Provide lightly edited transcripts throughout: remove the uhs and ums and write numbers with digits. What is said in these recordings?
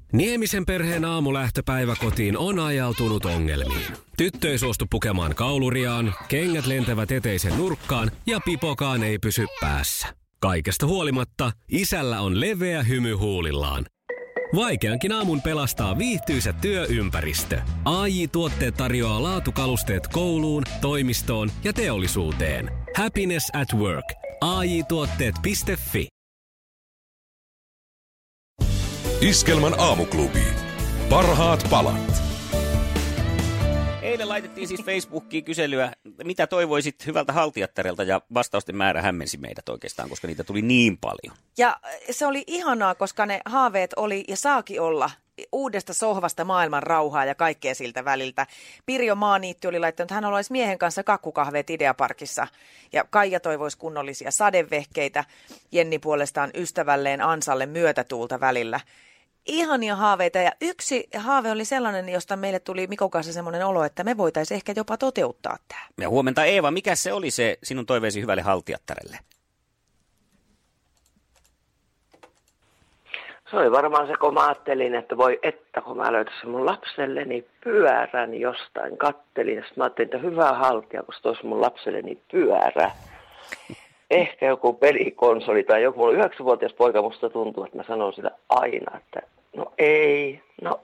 Niemisen perheen aamulähtöpäivä kotiin on ajautunut ongelmiin. Tyttö ei suostu pukemaan kauluriaan, kengät lentävät eteisen nurkkaan ja pipokaan ei pysy päässä. Kaikesta huolimatta, isällä on leveä hymy huulillaan. Vaikeankin aamun pelastaa viihtyisä työympäristö. AJ-tuotteet tarjoaa laatukalusteet kouluun, toimistoon ja teollisuuteen. Happiness at work. AJ-tuotteet.fi. Iskelmän aamuklubi. Parhaat palat. Eilen laitettiin siis Facebookiin kyselyä, mitä toivoisit hyvältä haltijattarelta, ja vastausten määrä hämmensi meidät oikeastaan, koska niitä tuli niin paljon. Ja se oli ihanaa, koska ne haaveet oli ja saakin olla uudesta sohvasta maailman rauhaa ja kaikkea siltä väliltä. Pirjo Maaniitti oli laittanut, että hän haluaisi miehen kanssa kakkukahveet Ideaparkissa. Ja Kaija toivoisi kunnollisia sadevehkeitä. Jenni puolestaan ystävälleen Ansalle myötätuulta välillä. Ihania haaveita, ja yksi haave oli sellainen, josta meille tuli Mikon kanssa semmoinen olo, että me voitaisiin ehkä jopa toteuttaa tämä. Ja huomenta Eeva, mikä se oli se sinun toiveesi hyvälle haltijattarelle? Se oli varmaan se, kun mä ajattelin, että voi että, kun mä löytäisin mun lapselleni pyörän jostain, kattelin. Ja sitten mä ajattelin, että hyvä haltija, kun se toisi mun lapselleni pyörä. Ehkä joku pelikonsoli tai joku. Mulla 9-vuotias poika, musta tuntuu, että mä sanon sitä aina, että no ei.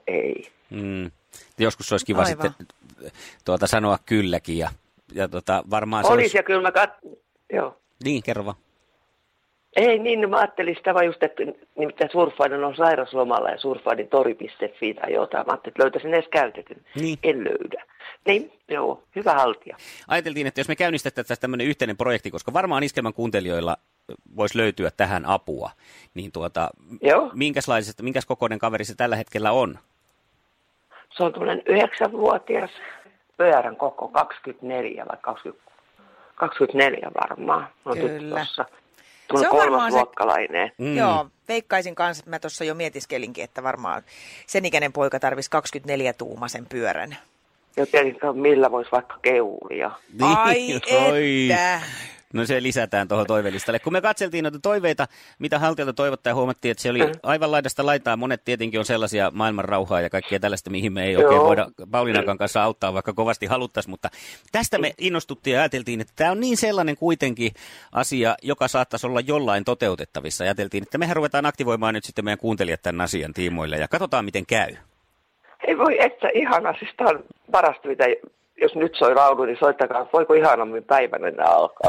Joskus olisi kiva sitten sanoa kylläkin ja varmaan se olisi. Ja kyllä mä joo. Niin, kerro vaan. Ei niin, mä ajattelin sitä vaan just, että nimittäin surffaiden on sairaslomalla ja surffaiden tori.fi tai jotain. Mä ajattelin, että löytäisin edes käytetyn. Niin. En löydä. Niin, joo, hyvä haltija. Ajateltiin, että jos me käynnistettäisiin tämmöinen yhteinen projekti, koska varmaan Iskelmän kuuntelijoilla voisi löytyä tähän apua, niin minkäs kokoinen kaveri se tällä hetkellä on? Se on tuollainen 9-vuotias, pyörän koko 24 vai 24 varmaan. On tytössä. Se on varmaan luokkalainen. Joo, veikkaisin kanssa, mä tuossa jo mietiskelinkin, että varmaan sen ikäinen poika tarvitsisi 24-tuumaisen pyörän. Joten millä voisi vaikka keulia. Ai että! No se lisätään tuohon toivelistalle. Kun me katseltiin noita toiveita, mitä haltijalta toivottaa, ja huomattiin, että se oli aivan laidasta laitaa. Monet tietenkin on sellaisia maailman rauhaa ja kaikkea tällaista, mihin me ei oikein voida Pauliinakaan kanssa auttaa, vaikka kovasti haluttaisiin. Mutta tästä me innostuttiin ja ajateltiin, että tämä on niin sellainen kuitenkin asia, joka saattaisi olla jollain toteutettavissa. Ajateltiin, että mehän ruvetaan aktivoimaan nyt sitten meidän kuuntelijat tämän asian tiimoille ja katsotaan, miten käy. Ei voi, että ihana. Siis tämä on parasta, mitä jos nyt soi laulu, niin soittakaa, voiko ihanammin päivän enää alkaa.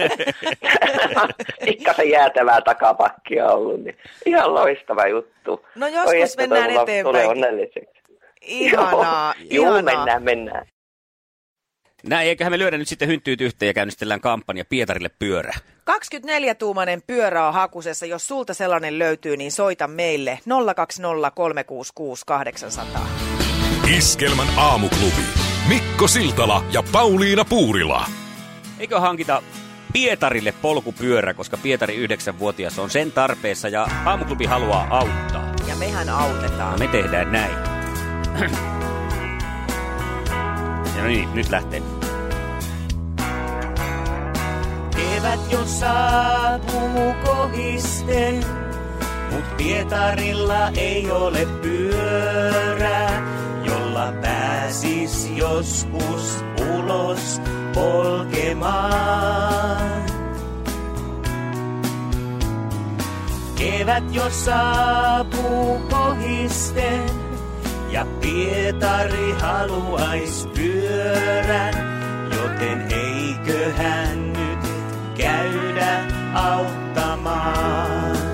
Pikkasen jäätävää takapakkia ollut, niin ihan loistava juttu. No joskus mennään eteenpäin. Ihanaa. Joo, mennään. Näin, eiköhän me lyödä nyt sitten hynttyyt yhteen ja käynnistellään kampanja Pietarille pyörä. 24-tuumainen pyörä on hakusessa. Jos sulta sellainen löytyy, niin soita meille 020366800. Iskelmän aamuklubi. Mikko Siltala ja Pauliina Puurila. Eikö hankita Pietarille polkupyörä, koska Pietari 9-vuotias on sen tarpeessa ja aamuklubi haluaa auttaa. Ja mehän autetaan. No me tehdään näin. Ja no niin, nyt lähtee. Kevät jo saapuu kohisten, mut Pietarilla ei ole pyörää, jolla pääsis joskus ulos polkemaan. Kevät jo saapuu kohisten ja Pietari haluais pyörän, joten eiköhän nyt käydä auttamaan.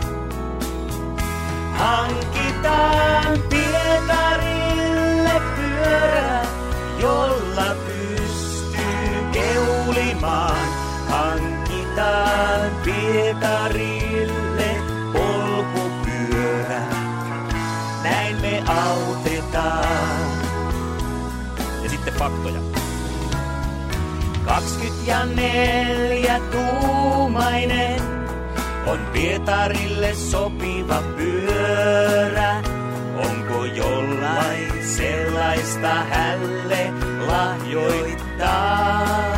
Hankitaan Pietarille pyörä, jolla pystyy keulimaan. Hankitaan Pietarille polkupyörä, näin me autetaan. Ja sitten faktoja. 24-tuumainen on Pietarille sopiva pyörä. Onko jollain sellaista hälle lahjoittaa?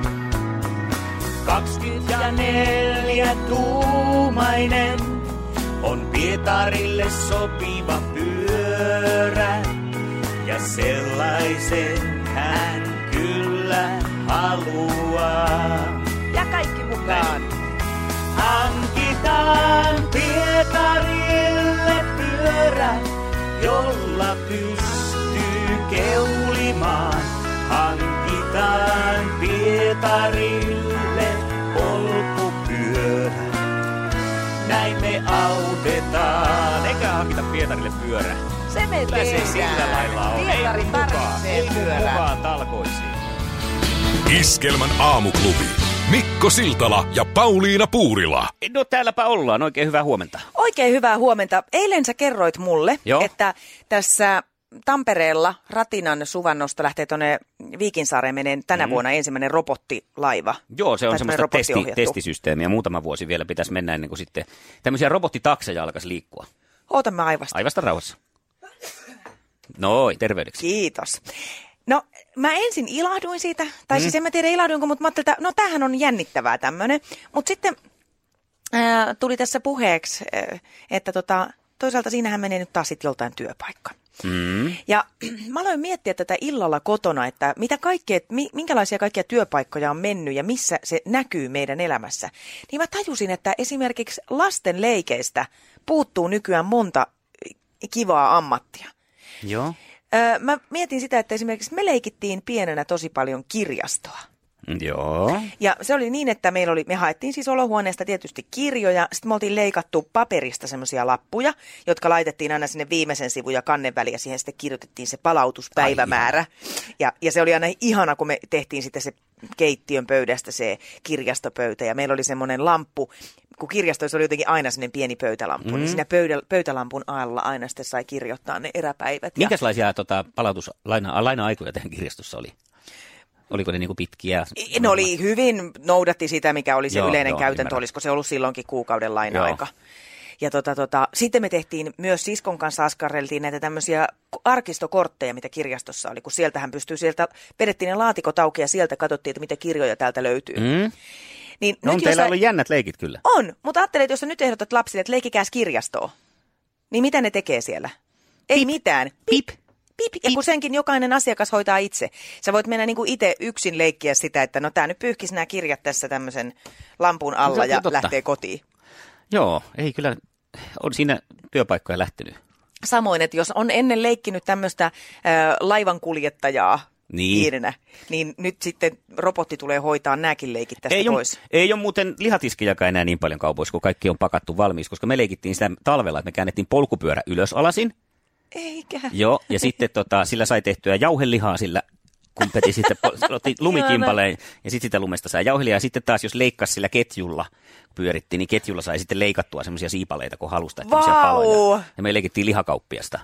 24-tuumainen on Pietarille sopiva pyörä. Ja sellaisen hän kyllä haluaa. Ja kaikki mukaan. Hankitaan Pietarille pyörä, jolla pystyy keulimaan. Hankitaan Pietarille polkupyörä. Näin me autetaan. Eikä hankita Pietarille pyörä. Se me Kyllä se tehdään. sillä lailla on. Pietari tarvitsee pyörän. Mukaan talkoisiin. Iskelmän aamuklubi. Mikko Siltala ja Pauliina Puurila. No täälläpä ollaan. Oikein hyvää huomenta. Oikein hyvää huomenta. Eilen sä kerroit mulle, Joo. että tässä Tampereella Ratinan suvannosta lähtee tuonne Viikinsaareen menee tänä vuonna ensimmäinen robottilaiva. Joo, se on Tai semmoista robottiohjattu. testisysteemiä. Muutama vuosi vielä pitäisi mennä ennen kuin sitten tämmöisiä robottitakseja alkaisi liikkua. Oota mä aivasta. Aivasta rauhassa. Noi, terveydeksi. Kiitos. No, mä ensin ilahduin siitä, tai siis en mä tiedä ilahduinko, mutta mä ajattelin, että no tämähän on jännittävää tämmöinen. Mutta sitten tuli tässä puheeksi, että toisaalta siinähän menee nyt taas sitten joltain työpaikka. Ja mä aloin miettiä tätä illalla kotona, että minkälaisia kaikkia työpaikkoja on mennyt ja missä se näkyy meidän elämässä. Niin mä tajusin, että esimerkiksi lasten leikeistä puuttuu nykyään monta kivaa ammattia. Joo. Mä mietin sitä, että esimerkiksi me leikittiin pienenä tosi paljon kirjastoa. Joo. Ja se oli niin, että me haettiin siis olohuoneesta tietysti kirjoja, sitten me oltiin leikattu paperista semmoisia lappuja, jotka laitettiin aina sinne viimeisen sivun ja kannen väliin, ja siihen sitten kirjoitettiin se palautuspäivämäärä. Ja se oli aina ihana, kun me tehtiin sitten se keittiön pöydästä se kirjastopöytä, ja meillä oli semmoinen lamppu, kun kirjastoissa oli jotenkin aina sinne pieni pöytälamppu, niin siinä pöytälampun alla aina sitten sai kirjoittaa ne eräpäivät. Minkälaisia laina-aikoja teidän kirjastossa oli? Oliko ne niinku pitkiä? Ne oli hyvin, noudatti sitä, mikä oli se yleinen käytäntö, ymmärrän. olisiko se ollut silloinkin kuukauden laina-aika. Ja sitten me tehtiin myös siskon kanssa askarreltiin näitä tämmöisiä arkistokortteja, mitä kirjastossa oli, kun sieltä vedettiin ne laatikot auki ja sieltä katsottiin, että mitä kirjoja täältä löytyy. Niin No nyt, teillä oli jännät leikit kyllä. On, mutta ajattelin, että jos sä nyt ehdotat lapsille, että leikikääs kirjastoon, niin mitä ne tekee siellä? Ei mitään. Pip. Ja kun senkin jokainen asiakas hoitaa itse. Sä voit mennä niinku itse yksin leikkiä sitä, että no tää nyt pyyhkisi nämä kirjat tässä tämmöisen lampun alla ja totta. lähtee kotiin. Joo, ei kyllä, on siinä työpaikkoja lähtenyt. Samoin, että jos on ennen leikkinyt tämmöistä laivankuljettajaa pienenä, niin nyt sitten robotti tulee hoitaa nämäkin leikit tästä pois. Ei ole muuten lihatiskijakaan enää niin paljon kaupoissa, kun kaikki on pakattu valmiiksi, koska me leikittiin sitä talvella, että me käännettiin polkupyörä ylös alasin. Eikä. Joo, ja sitten sillä sai tehtyä jauhelihaa sillä, kun peti sitten lumikimpaleen, ja sitten sitä lumesta sai jauhelihaa, ja sitten taas jos leikkasi sillä ketjulla, pyörittiin, niin ketjulla sai sitten leikattua semmoisia siipaleita, kun halusta, tämmöisiä paloja. Ja me leikittiin lihakauppiasta.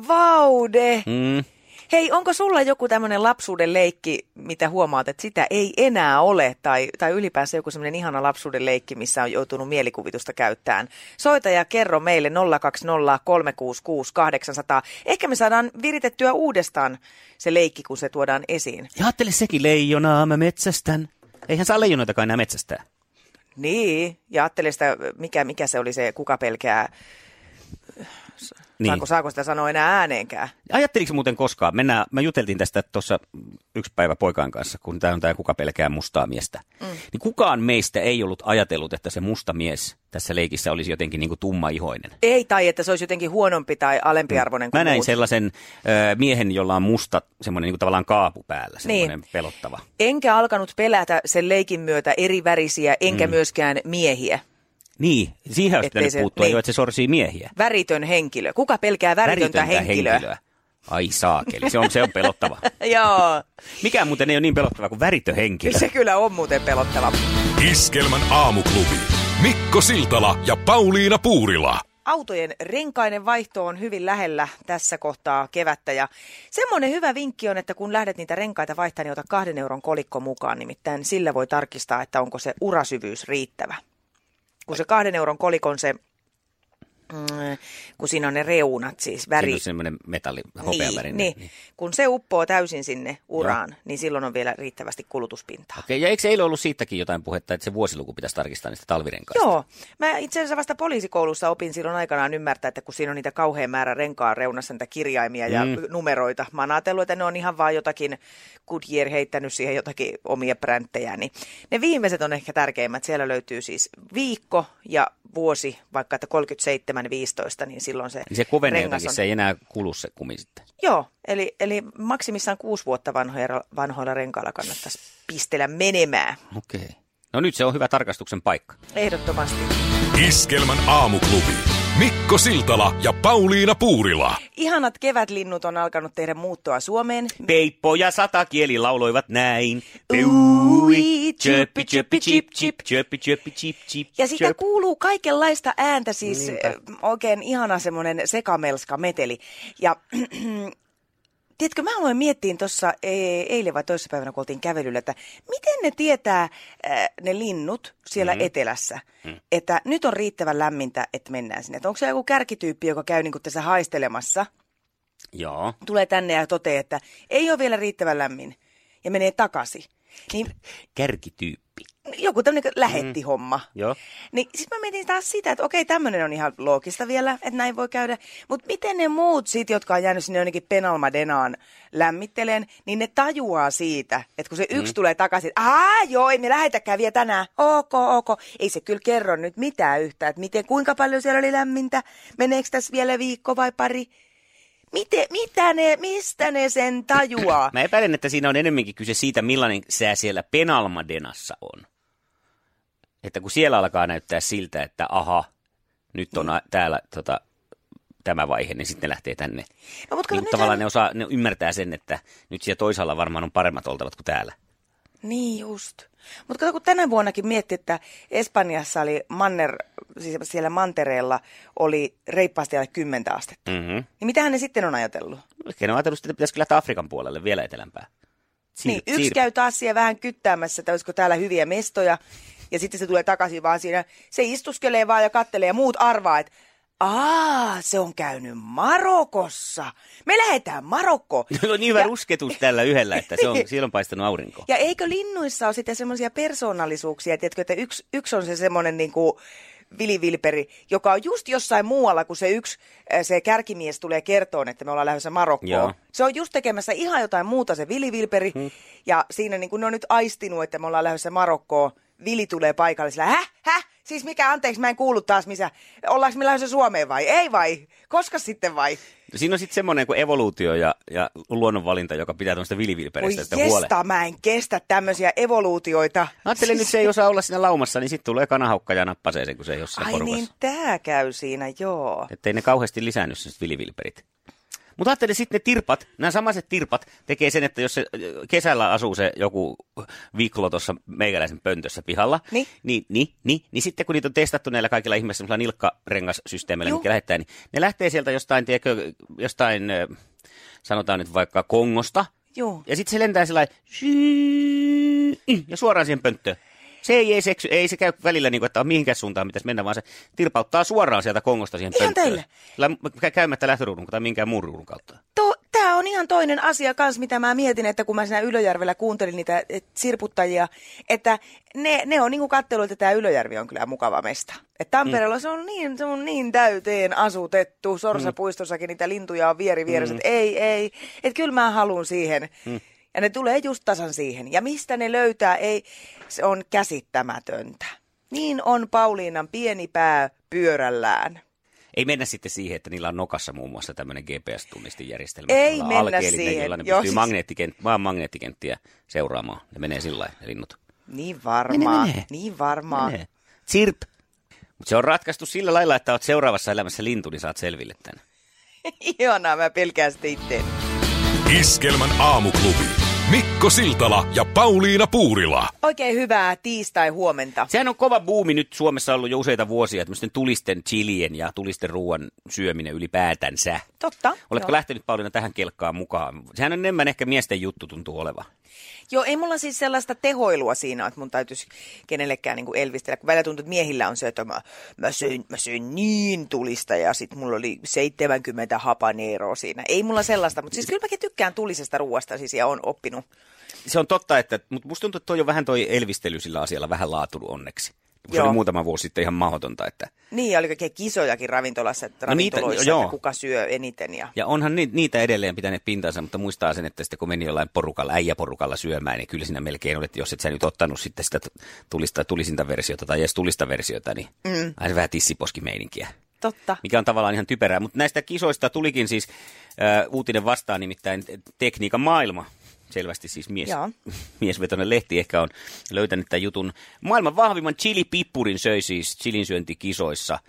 Vaude! Hei, onko sulla joku tämmöinen lapsuuden leikki, mitä huomaat, että sitä ei enää ole, tai ylipäänsä joku semmoinen ihana lapsuuden leikki, missä on joutunut mielikuvitusta käyttämään? Soita ja kerro meille 020 366 800. Ehkä me saadaan viritettyä uudestaan se leikki, kun se tuodaan esiin. Ja ajattele sekin, leijonaa mä metsästän. Eihän saa leijonoitakaan enää metsästää. Niin, ja ajattele sitä, mikä se oli se, kuka pelkää. Niin. Saako sitä sanoa enää ääneenkään? Ajatteliko muuten koskaan? Me juteltiin tästä tuossa yksi päivä poikain kanssa, kun tämä on tämä kuka pelkää mustaa miestä. Niin kukaan meistä ei ollut ajatellut, että se musta mies tässä leikissä olisi jotenkin niin kuin tummaihoinen. Ei, tai että se olisi jotenkin huonompi tai alempiarvoinen kuin Mä näin muut. sellaisen miehen, jolla on musta semmoinen niin kuin tavallaan kaapu päällä, semmoinen pelottava. Enkä alkanut pelätä sen leikin myötä eri värisiä, enkä myöskään miehiä. Niin, siihen olisi pitänyt puuttua jo, että se sorsii miehiä. Väritön henkilö. Kuka pelkää väritöntä henkilöä? Ai saakeli, se on pelottava. Joo. Mikään muuten ei ole niin pelottava kuin väritön henkilö. Se kyllä on muuten pelottava. Iskelmän aamuklubi. Mikko Siltala ja Pauliina Puurila. Autojen renkaiden vaihto on hyvin lähellä tässä kohtaa kevättä ja semmoinen hyvä vinkki on, että kun lähdet niitä renkaita vaihtamaan, niin ota 2 euron kolikko mukaan, nimittäin sillä voi tarkistaa, että onko se urasyvyys riittävä. Kun se 2 euron kolikon se kun siinä on ne reunat siis, väri. Siinä on semmoinen metalli, hopeavärinen. Niin. Kun se uppoo täysin sinne uraan, niin silloin on vielä riittävästi kulutuspintaa. Okei, ja eikö eilen ollut siitäkin jotain puhetta, että se vuosiluku pitäisi tarkistaa niistä talvirenkaista? Joo. Mä itse asiassa vasta poliisikoulussa opin silloin aikanaan ymmärtää, että kun siinä on niitä kauhean määrä renkaan reunassa niitä kirjaimia ja numeroita. Mä oon ajatellut, että ne on ihan vaan jotakin Goodyear heittänyt siihen jotakin omia bränttejä. Niin ne viimeiset on ehkä tärkeimmät. Siellä löytyy siis viikko ja vuosi, vaikka että 37-15, niin silloin se niin se kovenee rengas jotakin, se ei enää kulu se kumi sitten. Joo, eli maksimissaan 6 vuotta vanhoilla renkailla kannattaisi pistellä menemään. Okei. No nyt se on hyvä tarkastuksen paikka. Ehdottomasti. Iskelmän aamuklubi. Mikko Siltala ja Pauliina Puurila. Ihanat kevätlinnut on alkanut tehdä muuttoa Suomeen. Peippo ja Satakieli lauloivat näin. Ui, chöppi, chöppi, chip, chip, chöppi, chöppi, chip, chip. Ja siitä kuuluu kaikenlaista ääntä, siis oikein ihana semmoinen sekamelska meteli. Ja tiedätkö, mä aloin miettiä tuossa eilen vai toissapäivänä, kun oltiin kävelyllä, että miten ne tietää ne linnut siellä etelässä, että nyt on riittävän lämmintä, että mennään sinne. Että onko se joku kärkityyppi, joka käy niin kuin tässä haistelemassa, Joo. tulee tänne ja toteaa, että ei ole vielä riittävän lämmin ja menee takaisin. Niin Kärkityyppi. joku tämmöinen lähettihomma. Joo. Niin sit mä mietin taas sitä, että okei, tämmöinen on ihan loogista vielä, että näin voi käydä. Mutta miten ne muut sit, jotka on jäänyt sinne jonnekin Penalmadenaan lämmitteleen, niin ne tajuaa siitä, että kun se yksi tulee takaisin, joo, ei me lähetäkään vielä tänään. Ok. Ei se kyllä kerro nyt mitään yhtään, että kuinka paljon siellä oli lämmintä, meneekö tässä vielä viikko vai pari. Mistä ne sen tajuaa? Mä epäilen, että siinä on enemmänkin kyse siitä, millainen sää siellä Penalmadenassa on. Että kun siellä alkaa näyttää siltä, että nyt on täällä tämä vaihe, niin sitten ne lähtee tänne. No, mutta niin tavallaan ne ymmärtää sen, että nyt siellä toisaalla varmaan on paremmat oltavat kuin täällä. Niin just. Mutta kun tänä vuonnakin mietti, että Espanjassa oli siis siellä mantereella oli reippaasti alle 10 astetta. Niin mitähän ne sitten on ajatellut? Ehkä ne on ajatellut, että pitäisikö lähteä Afrikan puolelle vielä etelämpää. Yksi käy taas siellä vähän kyttäämässä, että olisiko täällä hyviä mestoja. Ja sitten se tulee takaisin vaan siinä. Se istuskelee vaan ja kattelee ja muut arvaa, että se on käynyt Marokossa. Me lähdetään Marokkoon. On niin hyvä rusketus tällä yhdellä, että siellä on paistanut aurinko. Ja eikö linnuissa ole sitten semmoisia persoonallisuuksia, tiedätkö, että yksi on se semmoinen niin kuin vilivilperi, joka on just jossain muualla, kun se kärkimies tulee kertoon, että me ollaan lähdössä Marokkoon. Joo. Se on just tekemässä ihan jotain muuta se vilivilperi. Ja siinä niin kuin ne on nyt aistinut, että me ollaan lähdössä Marokkoon. Vili tulee paikalle sillä, Siis mikä, anteeksi, mä en kuullut taas, ollaanko me lähdössä Suomeen vai? Ei vai? Koska sitten vai? Siinä on sitten semmoinen kuin evoluutio ja luonnonvalinta, joka pitää tuosta vilivilperistä sitten huolehtia. Mä en kestä tämmöisiä evoluutioita. Ajattelin nyt, se ei osaa olla siinä laumassa, niin sitten tulee kanahaukka ja nappasee sen, kun se ei jossain porukassa. Niin tää käy siinä, joo. Että ei ne kauheasti lisännyt sellaiset vilivilperit. Mutta ajattelin sitten nämä samaiset tirpat tekee sen, että jos se kesällä asuu se joku viikko tuossa meikäläisen pöntössä pihalla, niin sitten kun niitä on testattu näillä kaikilla ihmisillä nilkkarengassysteemeillä, mitkä lähettää, niin ne lähtee sieltä jostain, sanotaan nyt vaikka Kongosta, ja sitten se lentää sellainen ja suoraan siihen pönttöön. Se ei se käy välillä, niin kuin, että on mihinkään suuntaan pitäisi mennä, vaan se tirpauttaa suoraan sieltä Kongosta siihen pönttöön. Käymättä lähtöruudun tai minkään muun ruudun kautta. Tämä on ihan toinen asia kanssa, mitä mä mietin, että kun mä siinä Ylöjärvellä kuuntelin niitä sirputtajia, että ne on niin kuin katsellut, että tämä Ylöjärvi on kyllä mukava mesta. Että Tampereella se on niin täyteen asutettu, Sorsapuistossakin niitä lintuja on vieressä, että ei, että kyllä mä haluun siihen. Ja ne tulee just tasan siihen. Ja mistä ne löytää, se on käsittämätöntä. Niin on Pauliinan pieni pää pyörällään. Ei mennä sitten siihen, että niillä on nokassa muun muassa tämmöinen GPS-tunnistijärjestelmä. Ei mennä siihen. Jolla ne pystyy maan magneettikenttiä seuraamaan. Ne menee sillä lailla, ne linnut. Niin varmaan. Menee. Tsirp. Mutta se on ratkaistu sillä lailla, että olet seuraavassa elämässä lintu, niin saat selville tänne. Ihanaa, mä pelkään sitten itteeni. Iskelmän aamuklubi. Mikko Siltala ja Pauliina Puurila. Oikein hyvää tiistai-huomenta. Sehän on kova buumi nyt Suomessa ollut jo useita vuosia, tämmöisten tulisten chilien ja tulisten ruoan syöminen ylipäätänsä. Totta. Oletko lähtenyt, Pauliina, tähän kelkkaan mukaan? Sehän on enemmän ehkä miesten juttu tuntuu olevan. Joo, ei mulla siis sellaista tehoilua siinä, että mun täytyisi kenellekään niin kuin elvistellä. Kun välillä tuntuu, että miehillä on se, että mä söin niin tulista ja sitten mulla oli 70 habaneroa siinä. Ei mulla sellaista, mutta siis kyllä mäkin tykkään tulisesta ruoasta siis ja on oppinut. Se on totta, mutta musta tuntuu, että toi on vähän toi elvistely sillä asialla vähän laatunut onneksi. Se oli muutama vuosi sitten ihan mahdotonta. Että... Niin, ja oli kaikkea kisojakin ravintoloissa, että kuka syö eniten. Ja onhan niitä edelleen pitäneet pintansa, mutta muistaa sen, että sitten kun meni jollain porukalla, äijäporukalla syömään, niin kyllä siinä melkein olet, jos et sä nyt ottanut sitten sitä tulisinta versiota tai edes tulista versiota, niin aina vähän tissiposkimeininkiä. Totta. Mikä on tavallaan ihan typerää. Mutta näistä kisoista tulikin siis uutinen vastaan, nimittäin Tekniikan maailma. Selvästi siis miesvetoinen lehti ehkä on löytänyt tämän jutun. Maailman vahvimman chilipippurin söi siis chilinsyöntikisoissa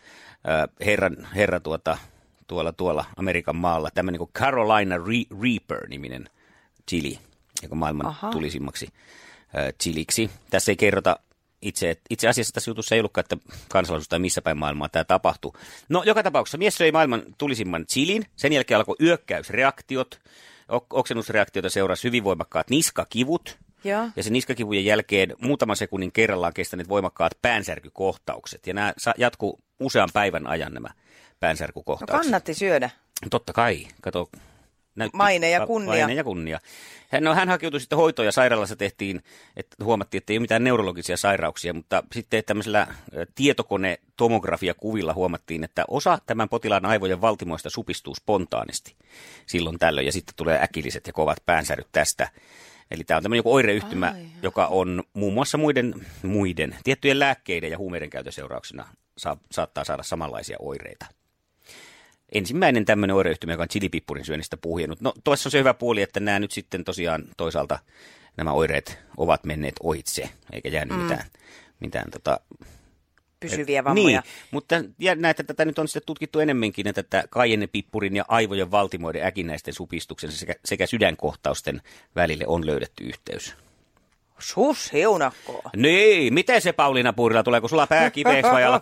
herra tuolla Amerikan maalla. Tämmöinen kuin Carolina Reaper-niminen chili, joka maailman tulisimmaksi chiliksi. Tässä ei kerrota itse asiassa tässä jutussa ei ollutkaan, että kansalaisuus tai missä päin maailmaa tämä tapahtui. No joka tapauksessa mies söi maailman tulisimman chilin, sen jälkeen alkoi yökkäysreaktiot. Oksennusreaktiota seurasi hyvin voimakkaat niskakivut. Ja se niskakivujen jälkeen muutaman sekunnin kerrallaan kestäneet voimakkaat päänsärkykohtaukset. Ja nämä jatkuu usean päivän ajan nämä päänsärkykohtaukset. No kannatti syödä. Totta kai. Kato, maine ja kunnia. Maine ja kunnia. Hän hakeutui sitten hoitoon ja sairaalassa huomattiin, että ei ole mitään neurologisia sairauksia, mutta sitten tämmöisellä tietokone-tomografiakuvilla huomattiin, että osa tämän potilaan aivojen valtimoista supistuu spontaanisti silloin tällöin ja sitten tulee äkilliset ja kovat päänsäryt tästä. Eli tämä on tämmöinen joku oireyhtymä, joka on muun muassa muiden tiettyjen lääkkeiden ja huumeiden käytön seurauksena saattaa saada samanlaisia oireita. Ensimmäinen tämmöinen oireyhtymä, joka on chilipippurin syönnistä puhjennut. No tuossa on se hyvä puoli, että nämä nyt sitten tosiaan toisaalta nämä oireet ovat menneet ohitse, eikä jäänyt mitään pysyviä vammoja. Niin, mutta näitä tätä nyt on sitten tutkittu enemmänkin, että tätä kaiennepippurin ja aivojen valtimoiden äkinäisten supistuksen sekä sydänkohtausten välille on löydetty yhteys. Sus, heunakko. Niin, miten se Pauliina Puurila, tuleeko sulla pää kipeäksi vai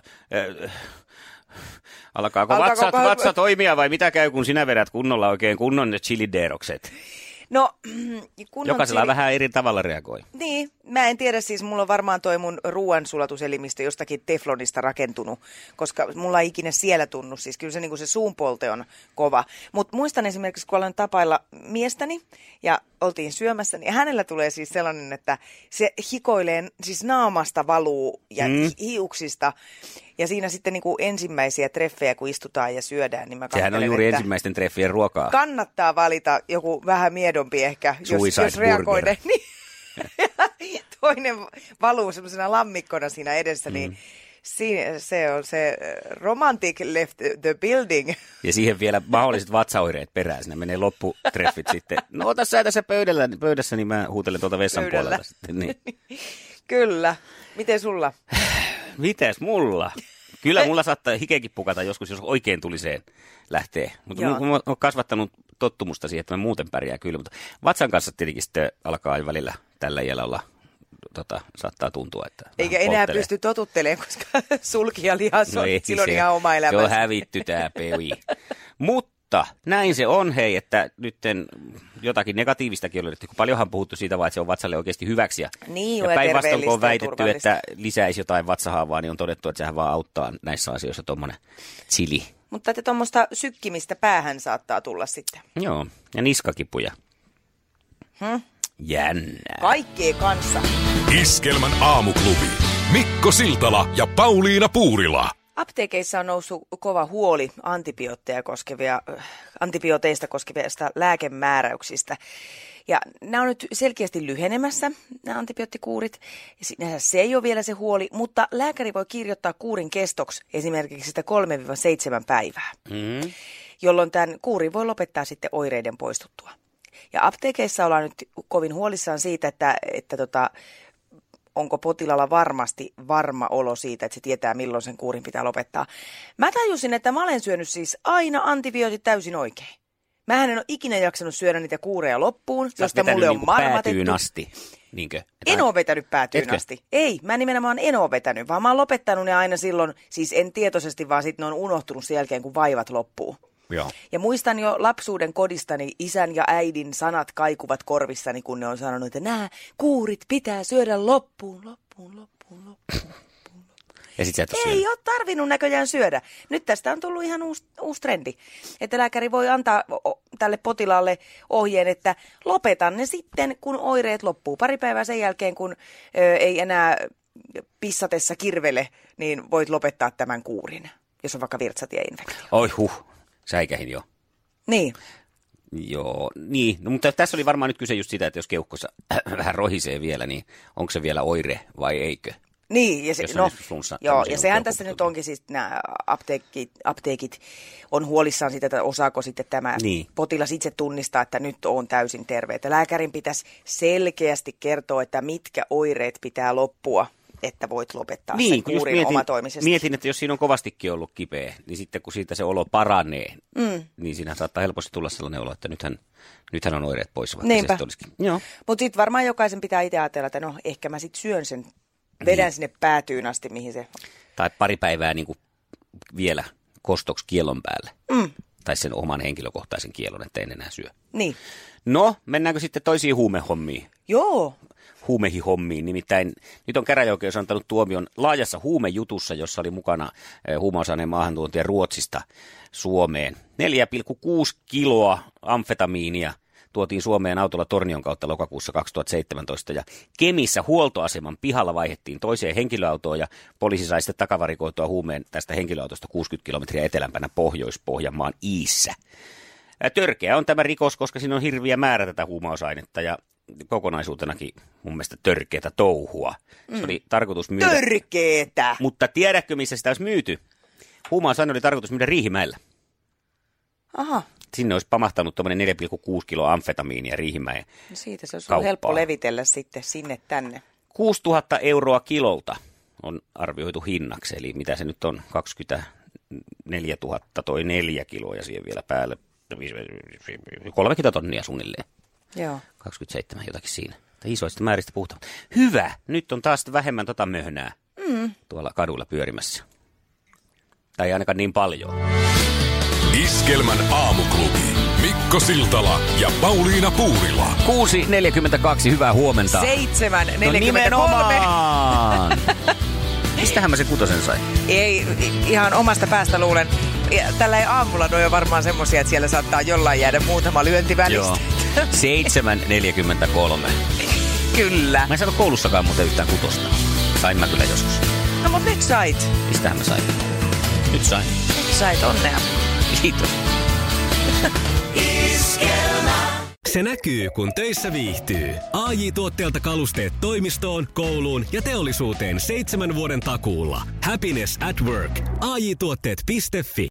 alkaako vatsa toimia vai mitä käy, kun sinä vedät kunnon chiliderokset? No, jokaisella vähän eri tavalla reagoi. Niin, mä en tiedä, siis mulla on varmaan toi mun ruoansulatuselimistö jostakin teflonista rakentunut, koska mulla ei ikinä siellä tunnu, siis kyllä se, niin kuin se suunpolte on kova. Mutta muistan esimerkiksi, kun olen tapailla miestäni ja oltiin syömässä, niin hänellä tulee siis sellainen, että se hikoilee, siis naamasta valuu ja hiuksista. Ja siinä sitten niin kuin ensimmäisiä treffejä, kun istutaan ja syödään, niin mä katselen, sehän on juuri ensimmäisten treffien ruokaa. Kannattaa valita joku vähän miedompi ehkä, jos reagoiden. Niin, toinen valuu semmoisena lammikkona siinä edessä, niin se on se romantic left the building. Ja siihen vielä mahdolliset vatsaoireet perään, siinä menee lopputreffit sitten. No ota sä tässä pöydässä, niin mä huutelen tuolta vessan puolelta sitten. Niin. Kyllä. Miten sulla? Mites mulla? Kyllä mulla saattaa hikekin pukata joskus, jos oikein tuliseen lähtee. Mutta mä oon kasvattanut tottumusta siihen, että mä muuten pärjään kyllä. Mutta vatsan kanssa tietenkin sitten alkaa välillä tällä iällä olla, saattaa tuntua, että eikä enää pysty totuttelemaan, koska sulkijalihas on silloin ihan oma elämänsä. Se on hävitty tää pevi. Mutta näin se on, hei, että nyt jotakin negatiivistakin on, kun paljonhan puhuttu siitä vaan, että se on vatsalle oikeasti hyväksi. Ja päinvastoin, kun on väitetty, että lisäisi jotain vatsahaavaa, niin on todettu, että sehän vaan auttaa näissä asioissa tuommoinen chili. Mutta että tuommoista sykkimistä päähän saattaa tulla sitten. Joo, ja niskakipuja. Jännää. Kaikkea kanssa. Iskelmän aamuklubi. Mikko Siltala ja Pauliina Puurila. Apteekeissa on noussut kova huoli antibiooteista koskevista lääkemääräyksistä. Ja nämä on nyt selkeästi lyhenemässä, nämä antibioottikuurit. Ja se ei ole vielä se huoli, mutta lääkäri voi kirjoittaa kuurin kestoksi esimerkiksi sitä 3-7 päivää, jolloin tämän kuurin voi lopettaa sitten oireiden poistuttua. Ja apteekeissa ollaan nyt kovin huolissaan siitä, että onko potilaalla varmasti varma olo siitä, että se tietää, milloin sen kuurin pitää lopettaa. Mä tajusin, että mä olen syönyt siis aina antibiootit täysin oikein. Mähän en ole ikinä jaksanut syödä niitä kuureja loppuun, josta mulle on marmatettu. Päätyyn asti, niinkö? En ole vetänyt päätyyn asti. Ei, mä nimenomaan en ole vetänyt, vaan mä oon lopettanut ne aina silloin, siis en tietoisesti, vaan sitten ne on unohtunut sen jälkeen, kun vaivat loppuu. Joo. Ja muistan jo lapsuuden kodistani isän ja äidin sanat kaikuvat korvissani, kun ne on sanonut, että nämä kuurit pitää syödä loppuun. Ja sit sä et Ei ole tarvinnut näköjään syödä. Nyt tästä on tullut ihan uusi trendi, että lääkäri voi antaa tälle potilaalle ohjeen, että lopetan ne sitten, kun oireet loppuu. Pari päivää sen jälkeen, kun ei enää pissatessa kirvele, niin voit lopettaa tämän kuurin, jos on vaikka virtsatieinfektio. Oi säikähin jo. Niin. Joo, niin. No, mutta tässä oli varmaan nyt kyse just sitä, että jos keuhkossa vähän rohisee vielä, niin onko se vielä oire vai eikö? Niin, ja, ja sehän tässä nyt onkin siis, nämä apteekit on huolissaan siitä, että osaako sitten tämä potilas itse tunnistaa, että nyt on täysin terve. Että lääkärin pitäisi selkeästi kertoa, että mitkä oireet pitää loppua, että voit lopettaa sen kuurin omatoimisesti. Mietin, että jos siinä on kovastikin ollut kipeä, niin sitten kun siitä se olo paranee, niin siinä saattaa helposti tulla sellainen olo, että nythän on oireet pois. Niinpä. Mutta sitten varmaan jokaisen pitää itse ajatella, että no ehkä mä sitten syön sen. Vedän sinne päätyyn asti, mihin se... Tai pari päivää niin kuin vielä kostoksi kiellon päälle. Tai sen oman henkilökohtaisen kiellon, että en enää syö. Niin. No, mennäänkö sitten toisiin huumehommiin? Joo. Huumehihommiin. Nimittäin nyt on käräjäoikeus antanut tuomion laajassa huumejutussa, jossa oli mukana huumausaineen maahantuontia Ruotsista Suomeen. 4,6 kiloa amfetamiinia tuotiin Suomeen autolla Tornion kautta lokakuussa 2017 ja Kemissä huoltoaseman pihalla vaihdettiin toiseen henkilöautoon ja poliisi sai sitten takavarikoitua huumeen tästä henkilöautosta 60 kilometriä etelämpänä Pohjois-Pohjanmaan Iissä. Törkeä on tämä rikos, koska siinä on hirviä määrä tätä huumausainetta ja kokonaisuutenakin mun mielestä törkeätä touhua. Se oli tarkoitus myydä. Törkeetä! Mutta tiedätkö, missä sitä olisi myyty? Huumausaine oli tarkoitus myydä Riihimäellä. Aha. Sinne olisi pamahtanut tuommoinen 4,6 kiloa amfetamiinia Riihimäen no siitä se olisi helppo levitellä sitten sinne tänne. 6 000 euroa kilolta on arvioitu hinnaksi, eli mitä se nyt on, 24 000 toi 4 kiloa ja siihen vielä päälle 30 tonnia suunnilleen. Joo. 27 jotakin siinä. Isoista määristä puhutaan. Hyvä, nyt on taas vähemmän möhnää tuolla kadulla pyörimässä. Tai ainakaan niin paljon. Iskelmän aamuklubi. Mikko Siltala ja Pauliina Puurila. 6.42, hyvää huomenta. 7.43. No nimenomaan. Mistähän mä sen kutosen sain? Ei, ihan omasta päästä luulen. Tällä ei aamulla noi on varmaan semmosia, että siellä saattaa jollain jäädä muutama lyönti välistä. Joo. 7.43. Kyllä. Mä en saanut koulussakaan muuten yhtään kutosta. Sain mä kyllä joskus. No mut nyt sait. Mistähän mä sain? Nyt sain. Nyt sait, onnea. Kiitos. Se näkyy, kun töissä viihtyy. AJ-tuotteelta kalusteet toimistoon, kouluun ja teollisuuteen 7 vuoden takuulla. Happiness at work. AJ-tuotteet.fi